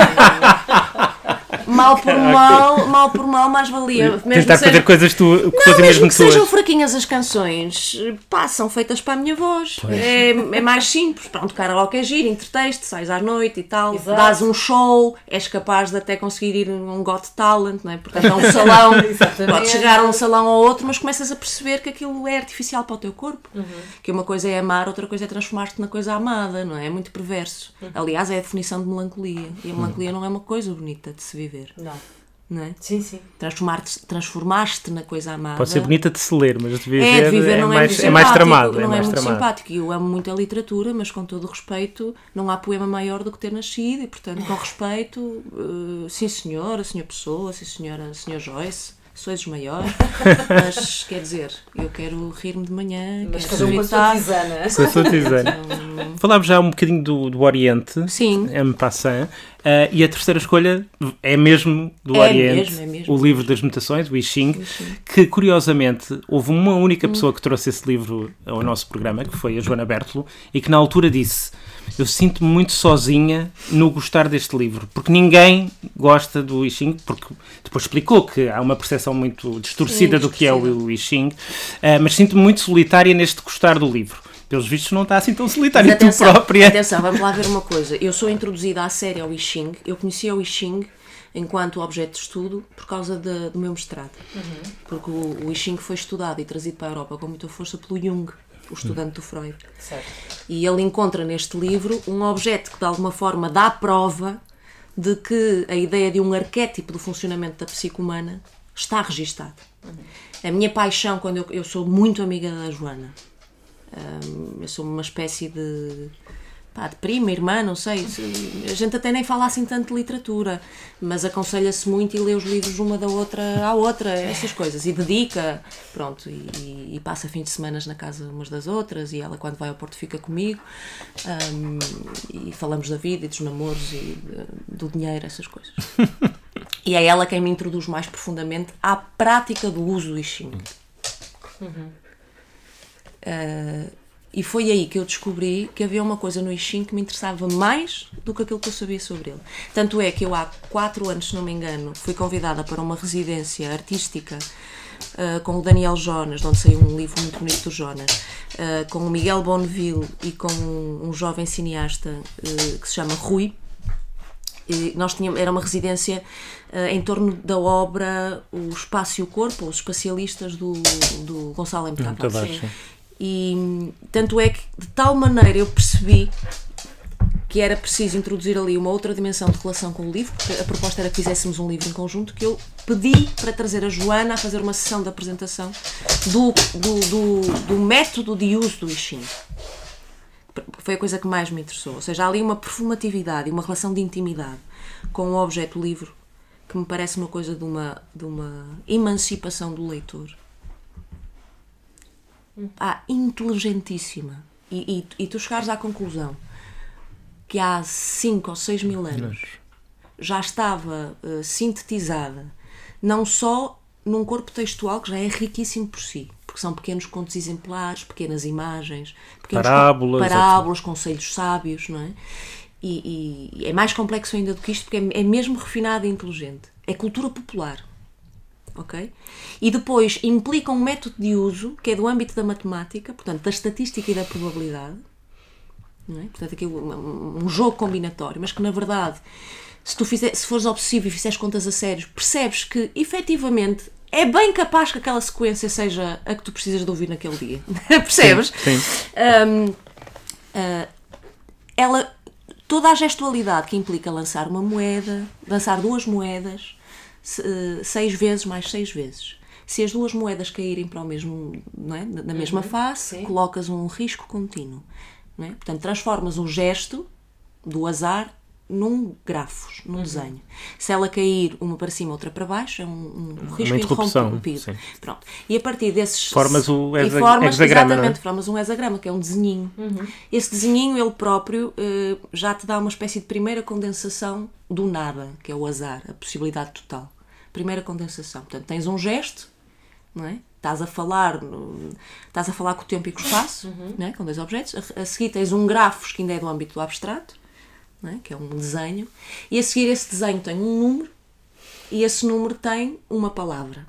Speaker 3: Mal por mal, mal por mal, mais valia. Mesmo
Speaker 2: Tentar
Speaker 3: que seja-
Speaker 2: fazer coisas tu, que
Speaker 3: Não,
Speaker 2: fossem
Speaker 3: mesmo
Speaker 2: mesmo
Speaker 3: que sejam
Speaker 2: tuas.
Speaker 3: fraquinhas as canções, pá, são feitas para a minha voz. É, é mais simples. Pronto, karaoke é giro, entreteste, sais à noite e tal,
Speaker 1: Exato.
Speaker 3: dás um show, és capaz de até conseguir ir a um Got Talent, não é? Portanto, é um salão,
Speaker 1: Exatamente.
Speaker 3: podes chegar a um salão ou outro, mas começas a perceber que aquilo é artificial para o teu corpo.
Speaker 1: Uhum.
Speaker 3: Que uma coisa é amar, outra coisa é transformar-te na coisa amada, não é? É muito perverso.
Speaker 1: Uhum.
Speaker 3: Aliás, é a definição de melancolia. E a melancolia não é uma coisa bonita de se viver,
Speaker 1: Não.
Speaker 3: não é?
Speaker 1: Sim, sim.
Speaker 3: Transformar-te, transformar-te na coisa amada.
Speaker 2: Pode ser bonita de se ler, mas de viver,
Speaker 3: É, de viver
Speaker 2: é,
Speaker 3: não é,
Speaker 2: mais,
Speaker 3: muito
Speaker 2: é mais
Speaker 3: simpático,
Speaker 2: tramado.
Speaker 3: não
Speaker 2: é
Speaker 3: é,
Speaker 2: mais
Speaker 3: muito
Speaker 2: tramado.
Speaker 3: simpático. E eu amo muito a literatura, mas com todo o respeito, não há poema maior do que ter nascido, e portanto, com respeito, uh, sim senhora, senhor Pessoa, sim senhora, senhor Joyce, sois os maiores, mas quer dizer, eu quero rir-me de manhã,
Speaker 1: Mas
Speaker 3: quero
Speaker 1: cada um com a sua
Speaker 3: meditar.
Speaker 1: tisana.
Speaker 2: Com a sua tisana. Falámos já um bocadinho do, do Oriente,
Speaker 3: Sim.
Speaker 2: en passant, uh, e a terceira escolha é mesmo do
Speaker 3: É
Speaker 2: Oriente,
Speaker 3: mesmo, é mesmo.
Speaker 2: o livro das mutações, o I Ching,
Speaker 3: I Ching.
Speaker 2: que curiosamente houve uma única
Speaker 3: Hum.
Speaker 2: pessoa que trouxe esse livro ao nosso programa, que foi a Joana Bertolo, e que na altura disse: eu sinto-me muito sozinha no gostar deste livro, porque ninguém gosta do I Ching, porque depois explicou que há uma percepção muito distorcida
Speaker 3: Sim,
Speaker 2: do que é
Speaker 3: distorcida.
Speaker 2: o I Ching, uh, mas sinto-me muito solitária neste gostar do livro. Pelos vistos não está assim tão solitária,
Speaker 3: Mas
Speaker 2: tu
Speaker 3: atenção,
Speaker 2: própria.
Speaker 3: atenção, vamos lá ver uma coisa. Eu sou introduzida à série ao I Ching, eu conheci o I Ching enquanto objeto de estudo por causa de- do meu mestrado. Porque o, o I Ching foi estudado e trazido para a Europa com muita força pelo Jung, o estudante do Freud.
Speaker 1: Certo.
Speaker 3: E ele encontra neste livro um objeto que de alguma forma dá prova de que a ideia de um arquétipo do funcionamento da psique humana está registado. A minha paixão, quando eu, eu sou muito amiga da Joana, hum, eu sou uma espécie de, pá, de prima, irmã, não sei, a gente até nem fala assim tanto de literatura, mas aconselha-se muito e lê os livros uma da outra à outra, essas coisas, e dedica, pronto, e, e passa fins de semana na casa umas das outras, e ela quando vai ao Porto fica comigo, hum, e falamos da vida e dos namoros e de- do dinheiro, essas coisas. E é ela quem me introduz mais profundamente à prática do uso do I Ching. Uh, e foi aí que eu descobri que havia uma coisa no I Ching que me interessava mais do que aquilo que eu sabia sobre ele. Tanto é que eu há quatro anos, se não me engano, fui convidada para uma residência artística uh, com o Daniel Jonas, de onde saiu um livro muito bonito do Jonas, uh, com o Miguel Bonneville e com um, um jovem cineasta uh, que se chama Rui. E nós tínhamos, era uma residência uh, em torno da obra O Espaço e o Corpo, os espacialistas do, do Gonçalo M. Tavares.
Speaker 2: Tavares, sim.
Speaker 3: E tanto é que de tal maneira eu percebi que era preciso introduzir ali uma outra dimensão de relação com o livro, porque a proposta era que fizéssemos um livro em conjunto, que eu pedi para trazer a Joana a fazer uma sessão de apresentação do, do, do, do método de uso do I Ching. Foi a coisa que mais me interessou. Ou seja, há ali uma perfumatividade e uma relação de intimidade com o objeto livro que me parece uma coisa de uma, de uma emancipação do leitor. Ah, inteligentíssima. E, e, e tu chegares à conclusão que há cinco ou seis mil anos já estava uh, sintetizada não só num corpo textual que já é riquíssimo por si, porque são pequenos contos exemplares, pequenas imagens, pequenos
Speaker 2: Parábolas,
Speaker 3: con- parábolas conselhos sábios, não é? E, e é mais complexo ainda do que isto, porque é, é mesmo refinado e inteligente. É cultura popular. Okay? E depois implica um método de uso que é do âmbito da matemática, portanto, da estatística e da probabilidade, não é? Portanto, aquilo, um, um jogo combinatório, mas que na verdade, se tu fizer, se fores obsessivo e fizeres contas a sério, percebes que efetivamente é bem capaz que aquela sequência seja a que tu precisas de ouvir naquele dia. Percebes?
Speaker 2: Sim. sim.
Speaker 3: Um, uh, ela, toda a gestualidade que implica lançar uma moeda, lançar duas moedas, se, uh, seis vezes mais seis vezes. Se as duas moedas caírem para o mesmo, não é? na mesma uhum. face, sim. colocas um risco contínuo. Não é? Portanto, transformas um gesto do azar num grafos, num uhum. desenho. Se ela cair uma para cima, outra para baixo, é um, um risco interrompido. Pronto. E a partir desses...
Speaker 2: Formas o
Speaker 3: hexagrama, formas,
Speaker 2: hexagrama,
Speaker 3: exatamente,
Speaker 2: não é?
Speaker 3: formas um hexagrama, que é um desenhinho.
Speaker 1: Uhum.
Speaker 3: Esse desenhinho, ele próprio, uh, já te dá uma espécie de primeira condensação do nada, que é o azar, a possibilidade total. Primeira condensação. Portanto, tens um gesto, não é? Estás a falar, estás a falar com o tempo e com o espaço, uhum. não é? Com dois objetos. A, a seguir tens um grafos, que ainda é do âmbito do abstrato, não é? Que é um desenho, e a seguir esse desenho tem um número e esse número tem uma palavra,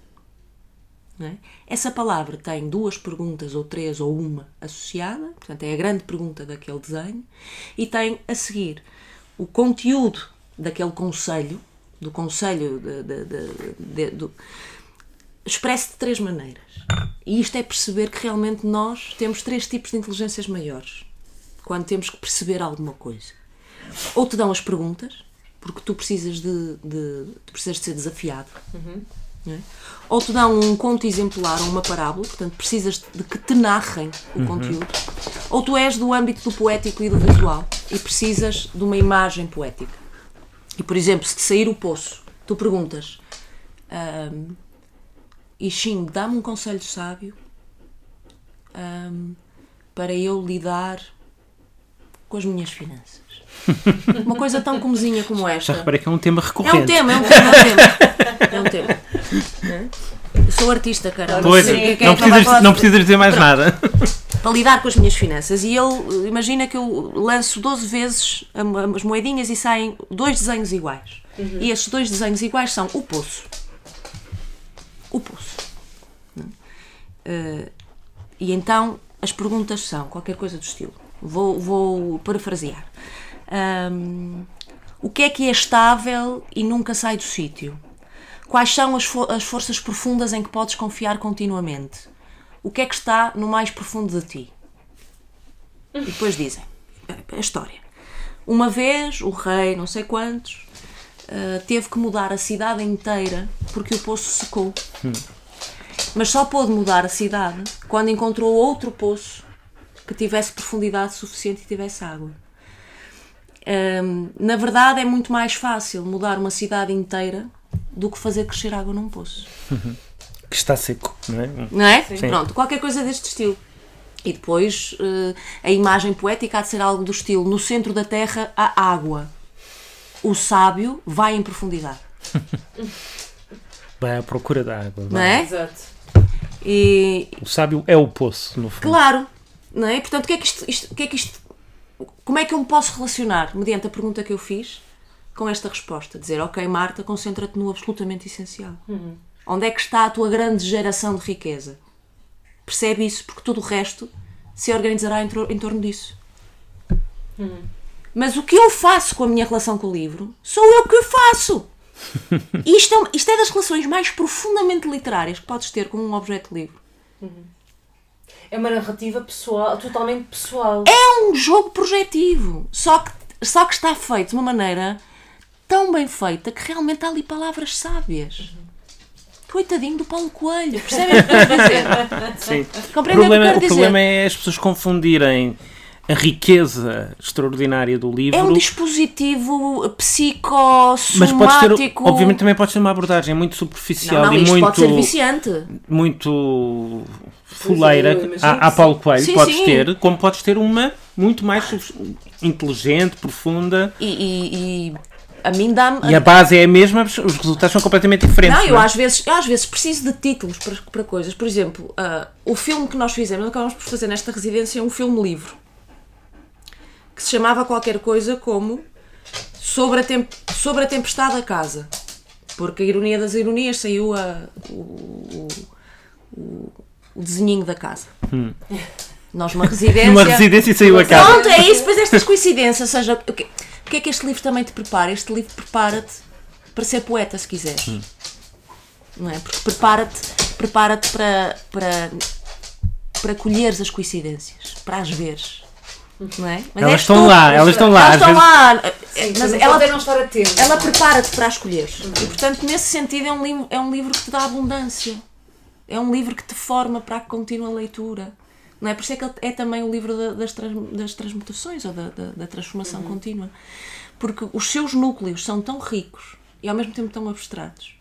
Speaker 3: não é? Essa palavra tem duas perguntas ou três ou uma associada, portanto é a grande pergunta daquele desenho, e tem a seguir o conteúdo daquele conselho, do conselho de, de, de, de, de, expresso de três maneiras, e isto é perceber que realmente nós temos três tipos de inteligências maiores quando temos que perceber alguma coisa. Ou te dão as perguntas, porque tu precisas de, de, tu precisas de ser desafiado.
Speaker 1: Uhum.
Speaker 3: Não é? Ou te dão um conto exemplar ou uma parábola, portanto precisas de que te narrem o uhum. conteúdo. Ou tu és do âmbito do poético e do visual e precisas de uma imagem poética. E, por exemplo, se te sair o poço, tu perguntas um, e Xing, dá-me um conselho sábio um, para eu lidar com as minhas finanças. Uma coisa tão comezinha como esta.
Speaker 2: Já reparei que é um tema recorrente.
Speaker 3: É um tema, é um tema, é um tema. É um tema. Eu sou artista, caramba.
Speaker 2: Pois, não, é, não, precisas, não precisas dizer mais nada.
Speaker 3: Para lidar com as minhas finanças. E ele, imagina que eu lanço doze vezes as moedinhas e saem dois desenhos iguais. Uhum. E esses dois desenhos iguais são o poço. O poço. Uh, e então as perguntas são qualquer coisa do estilo. Vou, vou parafrasear. Um, o que é que é estável e nunca sai do sítio? Quais são as, fo- as forças profundas em que podes confiar continuamente? O que é que está no mais profundo de ti? E depois dizem, a história. Uma vez o rei, não sei quantos, uh, teve que mudar a cidade inteira porque o poço secou. Hum. Mas só pôde mudar a cidade quando encontrou outro poço que tivesse profundidade suficiente e tivesse água. Um, na verdade é muito mais fácil mudar uma cidade inteira do que fazer crescer água num poço.
Speaker 2: Uhum. Que está seco, não é?
Speaker 3: Não é?
Speaker 2: Sim.
Speaker 3: Pronto, qualquer coisa deste estilo. E depois uh, a imagem poética há de ser algo do estilo: no centro da terra há água, o sábio vai em profundidade.
Speaker 2: Vai à procura da água.
Speaker 3: Não é?
Speaker 1: Exato.
Speaker 3: E...
Speaker 2: o sábio é o poço, no fundo.
Speaker 3: Claro, não é? Portanto, o que é que isto, isto, o que é que isto como é que eu me posso relacionar, mediante a pergunta que eu fiz, com esta resposta? Dizer, ok, Marta, concentra-te no absolutamente essencial.
Speaker 1: Uhum.
Speaker 3: Onde é que está a tua grande geração de riqueza? Percebe isso, porque tudo o resto se organizará em, tro- em torno disso.
Speaker 1: Uhum.
Speaker 3: Mas o que eu faço com a minha relação com o livro, sou eu que faço. Isto é, isto é das relações mais profundamente literárias que podes ter com um objeto de livro.
Speaker 1: Uhum. É uma narrativa pessoal, totalmente pessoal.
Speaker 3: É um jogo projetivo, só que, só que está feito de uma maneira tão bem feita que realmente há ali palavras sábias. Uhum. Coitadinho do Paulo Coelho, percebem o que eu quero dizer?
Speaker 2: Sim.
Speaker 3: Compreendem o que eu quero
Speaker 2: o
Speaker 3: dizer?
Speaker 2: problema é as pessoas confundirem a riqueza extraordinária do livro.
Speaker 3: É um dispositivo psicossomático.
Speaker 2: Mas pode ter, obviamente também pode ser uma abordagem muito superficial.
Speaker 3: Não, não,
Speaker 2: e
Speaker 3: isto
Speaker 2: muito,
Speaker 3: pode ser viciante.
Speaker 2: Muito fuleira. A, a Paulo Coelho sim, podes sim. ter, como podes ter uma muito mais inteligente, profunda.
Speaker 3: E, e, e a mim dá-me...
Speaker 2: E a base é a mesma, os resultados são completamente diferentes.
Speaker 3: Não, eu
Speaker 2: não é?
Speaker 3: às vezes, eu às vezes preciso de títulos para, para coisas. Por exemplo, uh, o filme que nós fizemos, acabamos por fazer nesta residência, um filme-livro. Que se chamava qualquer coisa como Sobre a, Temp- Sobre a Tempestade da Casa. Porque a ironia das ironias saiu a, o, o, o desenhinho da casa.
Speaker 2: Hum.
Speaker 3: Nós numa residência...
Speaker 2: Numa residência saiu a casa.
Speaker 3: Pronto, é isso, depois estas coincidências. Ou seja, o que, o que é que este livro também te prepara? Este livro prepara-te para ser poeta, se quiseres. Hum. não é? Porque prepara-te, prepara-te para, para, para colheres as coincidências, para as veres. Não é? Mas
Speaker 2: elas
Speaker 3: é
Speaker 2: estão
Speaker 3: tudo,
Speaker 2: lá, elas estão lá.
Speaker 3: Elas estão
Speaker 2: vezes...
Speaker 3: lá.
Speaker 1: Sim,
Speaker 3: mas
Speaker 1: mas
Speaker 3: ela,
Speaker 1: não estar atento.
Speaker 3: ela prepara-te para escolheres. Uhum. E portanto, nesse sentido, é um, livro, é um livro que te dá abundância. É um livro que te forma para a contínua leitura. Não é? Por isso é que é também o livro da, das, trans, das transmutações ou da, da, da transformação uhum. contínua. Porque os seus núcleos são tão ricos e ao mesmo tempo tão abstratos.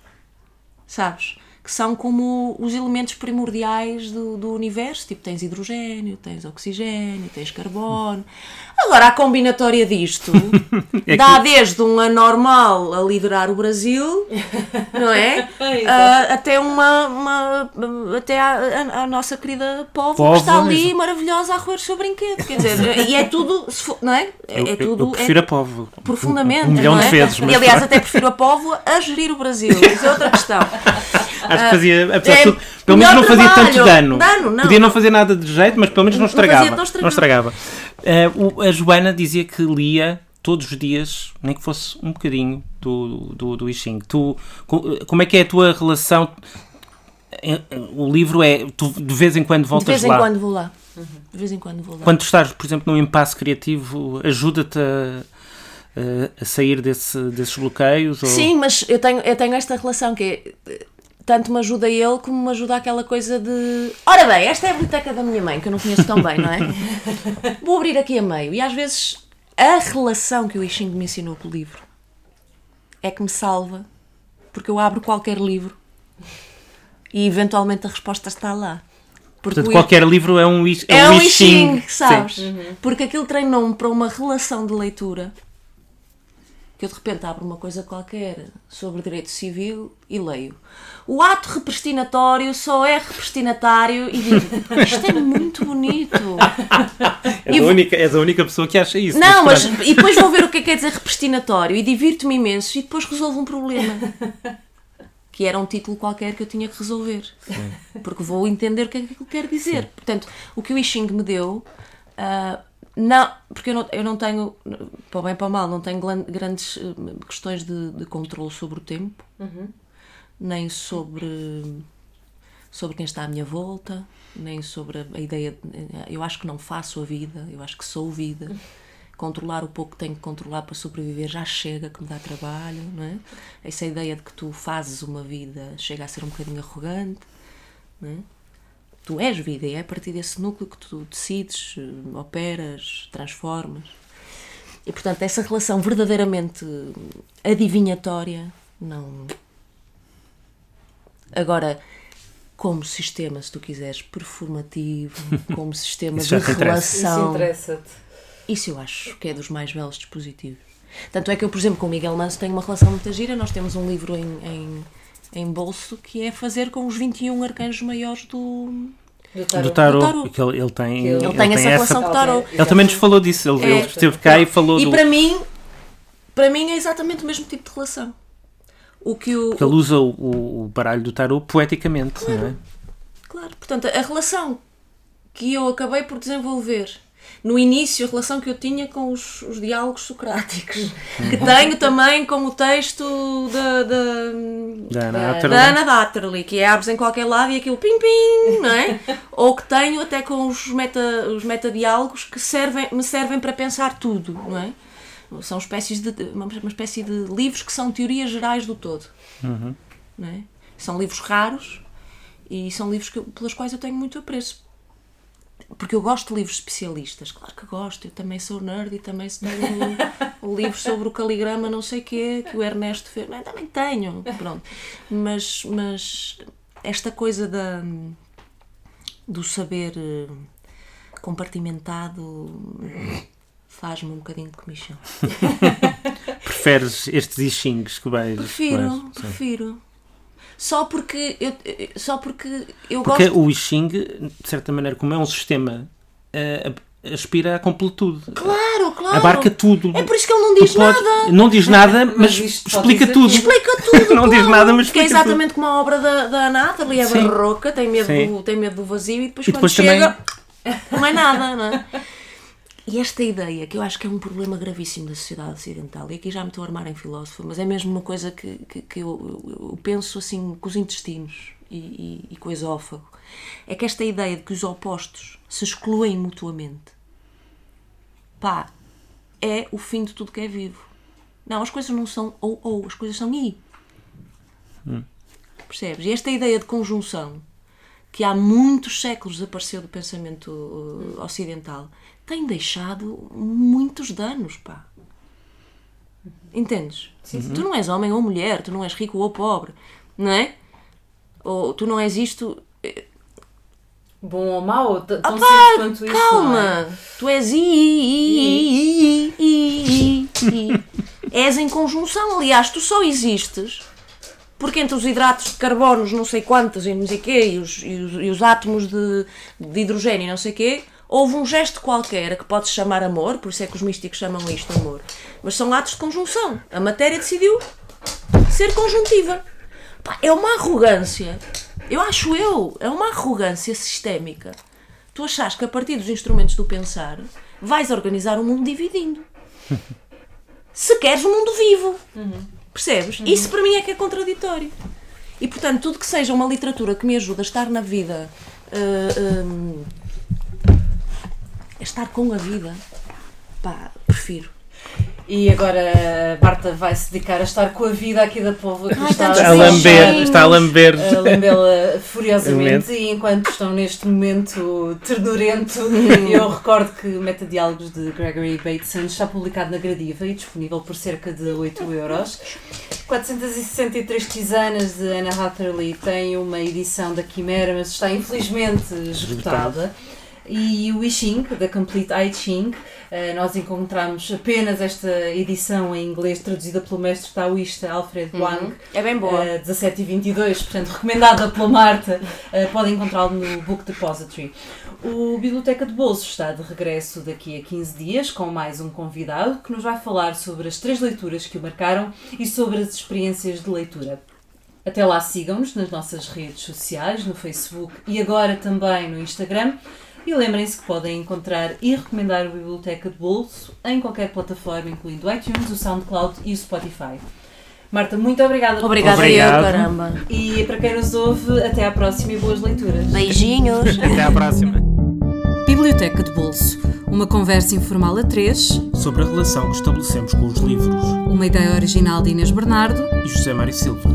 Speaker 3: Sabes? Que são como os elementos primordiais do, do universo, tipo tens hidrogênio, tens oxigênio, tens carbono. Agora a combinatória disto é dá que... desde um anormal a liderar o Brasil, não é? uh, até uma, uma até a, a, a nossa querida Póvoa que está ali mesmo. Maravilhosa a roer o seu brinquedo, quer dizer, e é tudo, não é? É,
Speaker 2: eu,
Speaker 3: é tudo,
Speaker 2: eu prefiro
Speaker 3: é,
Speaker 2: a Póvoa
Speaker 3: profundamente,
Speaker 2: um milhão
Speaker 3: não é?
Speaker 2: de vezes, mas...
Speaker 3: e aliás até prefiro a Póvoa a gerir o Brasil, isso é outra questão.
Speaker 2: Acho que fazia, apesar de
Speaker 3: é,
Speaker 2: tudo, pelo menos não fazia
Speaker 3: trabalho.
Speaker 2: tanto dano.
Speaker 3: dano não.
Speaker 2: Podia não fazer nada de jeito, mas pelo menos não estragava.
Speaker 3: Não, fazia, não
Speaker 2: estragava. Não estragava. Uh, a Joana dizia que lia todos os dias, nem que fosse um bocadinho do, do, do I Ching. Tu, como é que é a tua relação? O livro é, tu de vez em quando voltas lá?
Speaker 3: De vez em lá. quando vou lá. Uhum. De vez em quando vou lá.
Speaker 2: Quando estás, por exemplo, num impasse criativo, ajuda-te a, a, a sair desse, desses bloqueios? Ou...
Speaker 3: Sim, mas eu tenho, eu tenho esta relação que é... Tanto me ajuda ele como me ajuda aquela coisa de... Ora bem, esta é a biblioteca da minha mãe, que eu não conheço tão bem, não é? Vou abrir aqui a meio. E às vezes a relação que o I Ching me ensinou com o livro é que me salva, porque eu abro qualquer livro e eventualmente a resposta está lá.
Speaker 2: Porque Portanto, qualquer I... livro é um I Ching.
Speaker 3: É um I Ching, sabes? Uhum. Porque aquilo treinou-me para uma relação de leitura que eu de repente abro uma coisa qualquer sobre direito civil e leio. O ato repristinatório só é repristinatário e digo, isto é muito bonito.
Speaker 2: És, a única, és a única pessoa que acha isso.
Speaker 3: Não, mas, mas e depois vou ver o que é que quer dizer repristinatório e divirto-me imenso e depois resolvo um problema. Que era um título qualquer que eu tinha que resolver. Sim. Porque vou entender o que é que aquilo quer dizer. Sim. Portanto, o que o I Ching me deu... Uh, Não, porque eu não, eu não tenho, para o bem e para o mal, não tenho grandes questões de, de controle sobre o tempo, uhum. nem sobre, sobre quem está à minha volta, nem sobre a, a ideia, de, eu acho que não faço a vida, eu acho que sou vida. Controlar o pouco que tenho que controlar para sobreviver já chega, que me dá trabalho, não é? Essa ideia de que tu fazes uma vida chega a ser um bocadinho arrogante, não é? Tu és vida e é a partir desse núcleo que tu decides, operas, transformas. E, portanto, essa relação verdadeiramente adivinhatória, não... Agora, como sistema, se tu quiseres, performativo, como sistema de relação...
Speaker 1: Isso interessa-te.
Speaker 3: Isso eu acho que é dos mais belos dispositivos. Tanto é que eu, por exemplo, com o Miguel Manso tenho uma relação muito gira. Nós temos um livro em... em em bolso, que é fazer com os vinte e um arcanjos maiores do...
Speaker 2: Do tarot. Do tarot. Do tarot. Que ele, ele tem,
Speaker 3: ele,
Speaker 2: ele
Speaker 3: tem essa relação com o tarot.
Speaker 2: Ele também nos falou disso. Ele, é. ele esteve cá e falou
Speaker 3: e
Speaker 2: do...
Speaker 3: para mim, para mim é exatamente o mesmo tipo de relação. O que o,
Speaker 2: Porque ele usa o, o baralho do tarot poeticamente,
Speaker 3: claro,
Speaker 2: não é?
Speaker 3: Claro. Portanto, a relação que eu acabei por desenvolver no início, a relação que eu tinha com os, os diálogos socráticos, que tenho também com o texto da, da, da, da Anna Datterley, que é abres em qualquer lado e aquilo pim-pim, não é? Ou que tenho até com os, meta, os metadiálogos que servem, me servem para pensar tudo, não é? São espécies de, uma, uma espécie de livros que são teorias gerais do todo.
Speaker 2: Uhum.
Speaker 3: Não é? São livros raros e são livros que, pelos quais eu tenho muito apreço. Porque eu gosto de livros especialistas, claro que gosto, eu também sou nerd e também tenho o, o livro sobre o caligrama não sei o quê, que o Ernesto fez, mas também tenho, pronto. Mas, mas esta coisa da, do saber compartimentado faz-me um bocadinho de comichão.
Speaker 2: Preferes estes I Chings que vais...
Speaker 3: Prefiro,
Speaker 2: vais,
Speaker 3: prefiro. Só porque eu, só porque eu
Speaker 2: porque
Speaker 3: gosto...
Speaker 2: Porque o I Ching, de certa maneira, como é um sistema, uh, aspira à completude.
Speaker 3: Claro, claro.
Speaker 2: Abarca tudo.
Speaker 3: É por isso que ele não diz
Speaker 2: podes,
Speaker 3: nada.
Speaker 2: Não diz nada, mas, mas explica tudo.
Speaker 3: Explica tudo,
Speaker 2: Não
Speaker 3: claro.
Speaker 2: diz nada, mas
Speaker 3: explica tudo. Que é exatamente
Speaker 2: tudo.
Speaker 3: como a obra da, da Anna Datterley, é barroca, tem medo, do, tem medo do vazio e depois,
Speaker 2: e depois
Speaker 3: quando chega,
Speaker 2: também...
Speaker 3: não é nada, não é? E esta ideia, que eu acho que é um problema gravíssimo da sociedade ocidental, e aqui já me estou a armar em filósofo, mas é mesmo uma coisa que, que, que eu, eu penso assim com os intestinos e, e, e com o esófago, é que esta ideia de que os opostos se excluem mutuamente, pá, é o fim de tudo que é vivo. Não, as coisas não são ou ou, as coisas são i. Hum. Percebes? E esta ideia de conjunção, que há muitos séculos desapareceu do pensamento uh, ocidental, tem deixado muitos danos, pá. Entendes? Sim, sim. Tu não és homem ou mulher, tu não és rico ou pobre, não é? Ou tu não és isto...
Speaker 1: Bom ou mau, tão
Speaker 3: ah,
Speaker 1: simples quanto isso.
Speaker 3: Calma! É? Tu és i, i, i, i, i, i. És em conjunção, aliás, tu só existes porque entre os hidratos de carbono, não sei quantos, e não sei quê, e os, e os, e os átomos de, de hidrogênio, não sei quê, houve um gesto qualquer que pode-se chamar amor, por isso é que os místicos chamam isto amor, mas são atos de conjunção. A matéria decidiu ser conjuntiva. Pá, é uma arrogância, eu acho eu, é uma arrogância sistémica. Tu achas que a partir dos instrumentos do pensar vais organizar o mundo dividindo. Se queres um mundo vivo. Uhum. Percebes? Uhum. Isso para mim é que é contraditório. E portanto, tudo que seja uma literatura que me ajuda a estar na vida, uh, um, a estar com a vida, pá, prefiro.
Speaker 1: E agora a Marta vai se dedicar a estar com a vida aqui da Póvoa, que
Speaker 3: Ai,
Speaker 1: está
Speaker 2: a lamber, está a lamber,
Speaker 1: a lambê-la furiosamente. E enquanto estão neste momento ternurento, eu recordo que o Metadiálogos de Gregory Bateson está publicado na Gradiva e disponível por cerca de oito euros. quatrocentas e sessenta e três tisanas de Anna Hatherley tem uma edição da Quimera, mas está infelizmente esgotada. E o I Ching, da Complete I Ching, nós encontramos apenas esta edição em inglês traduzida pelo mestre taoísta Alfred Wang.
Speaker 3: Uhum. É bem boa.
Speaker 1: dezassete e vinte e dois, portanto recomendada pela Marta. Podem encontrá-lo no Book Depository. O Biblioteca de Bolso está de regresso daqui a quinze dias com mais um convidado que nos vai falar sobre as três leituras que o marcaram e sobre as experiências de leitura. Até lá, sigam-nos nas nossas redes sociais, no Facebook e agora também no Instagram. E lembrem-se que podem encontrar e recomendar o Biblioteca de Bolso em qualquer plataforma, incluindo o iTunes, o SoundCloud e o Spotify. Marta, muito obrigada.
Speaker 3: Obrigada a eu, caramba.
Speaker 1: E para quem nos ouve, até à próxima e boas leituras.
Speaker 3: Beijinhos.
Speaker 2: Até à próxima.
Speaker 1: Biblioteca de Bolso. Uma conversa informal a três
Speaker 2: sobre a relação que estabelecemos com os livros.
Speaker 1: Uma ideia original de Inês Bernardo
Speaker 2: e José Mário Silva.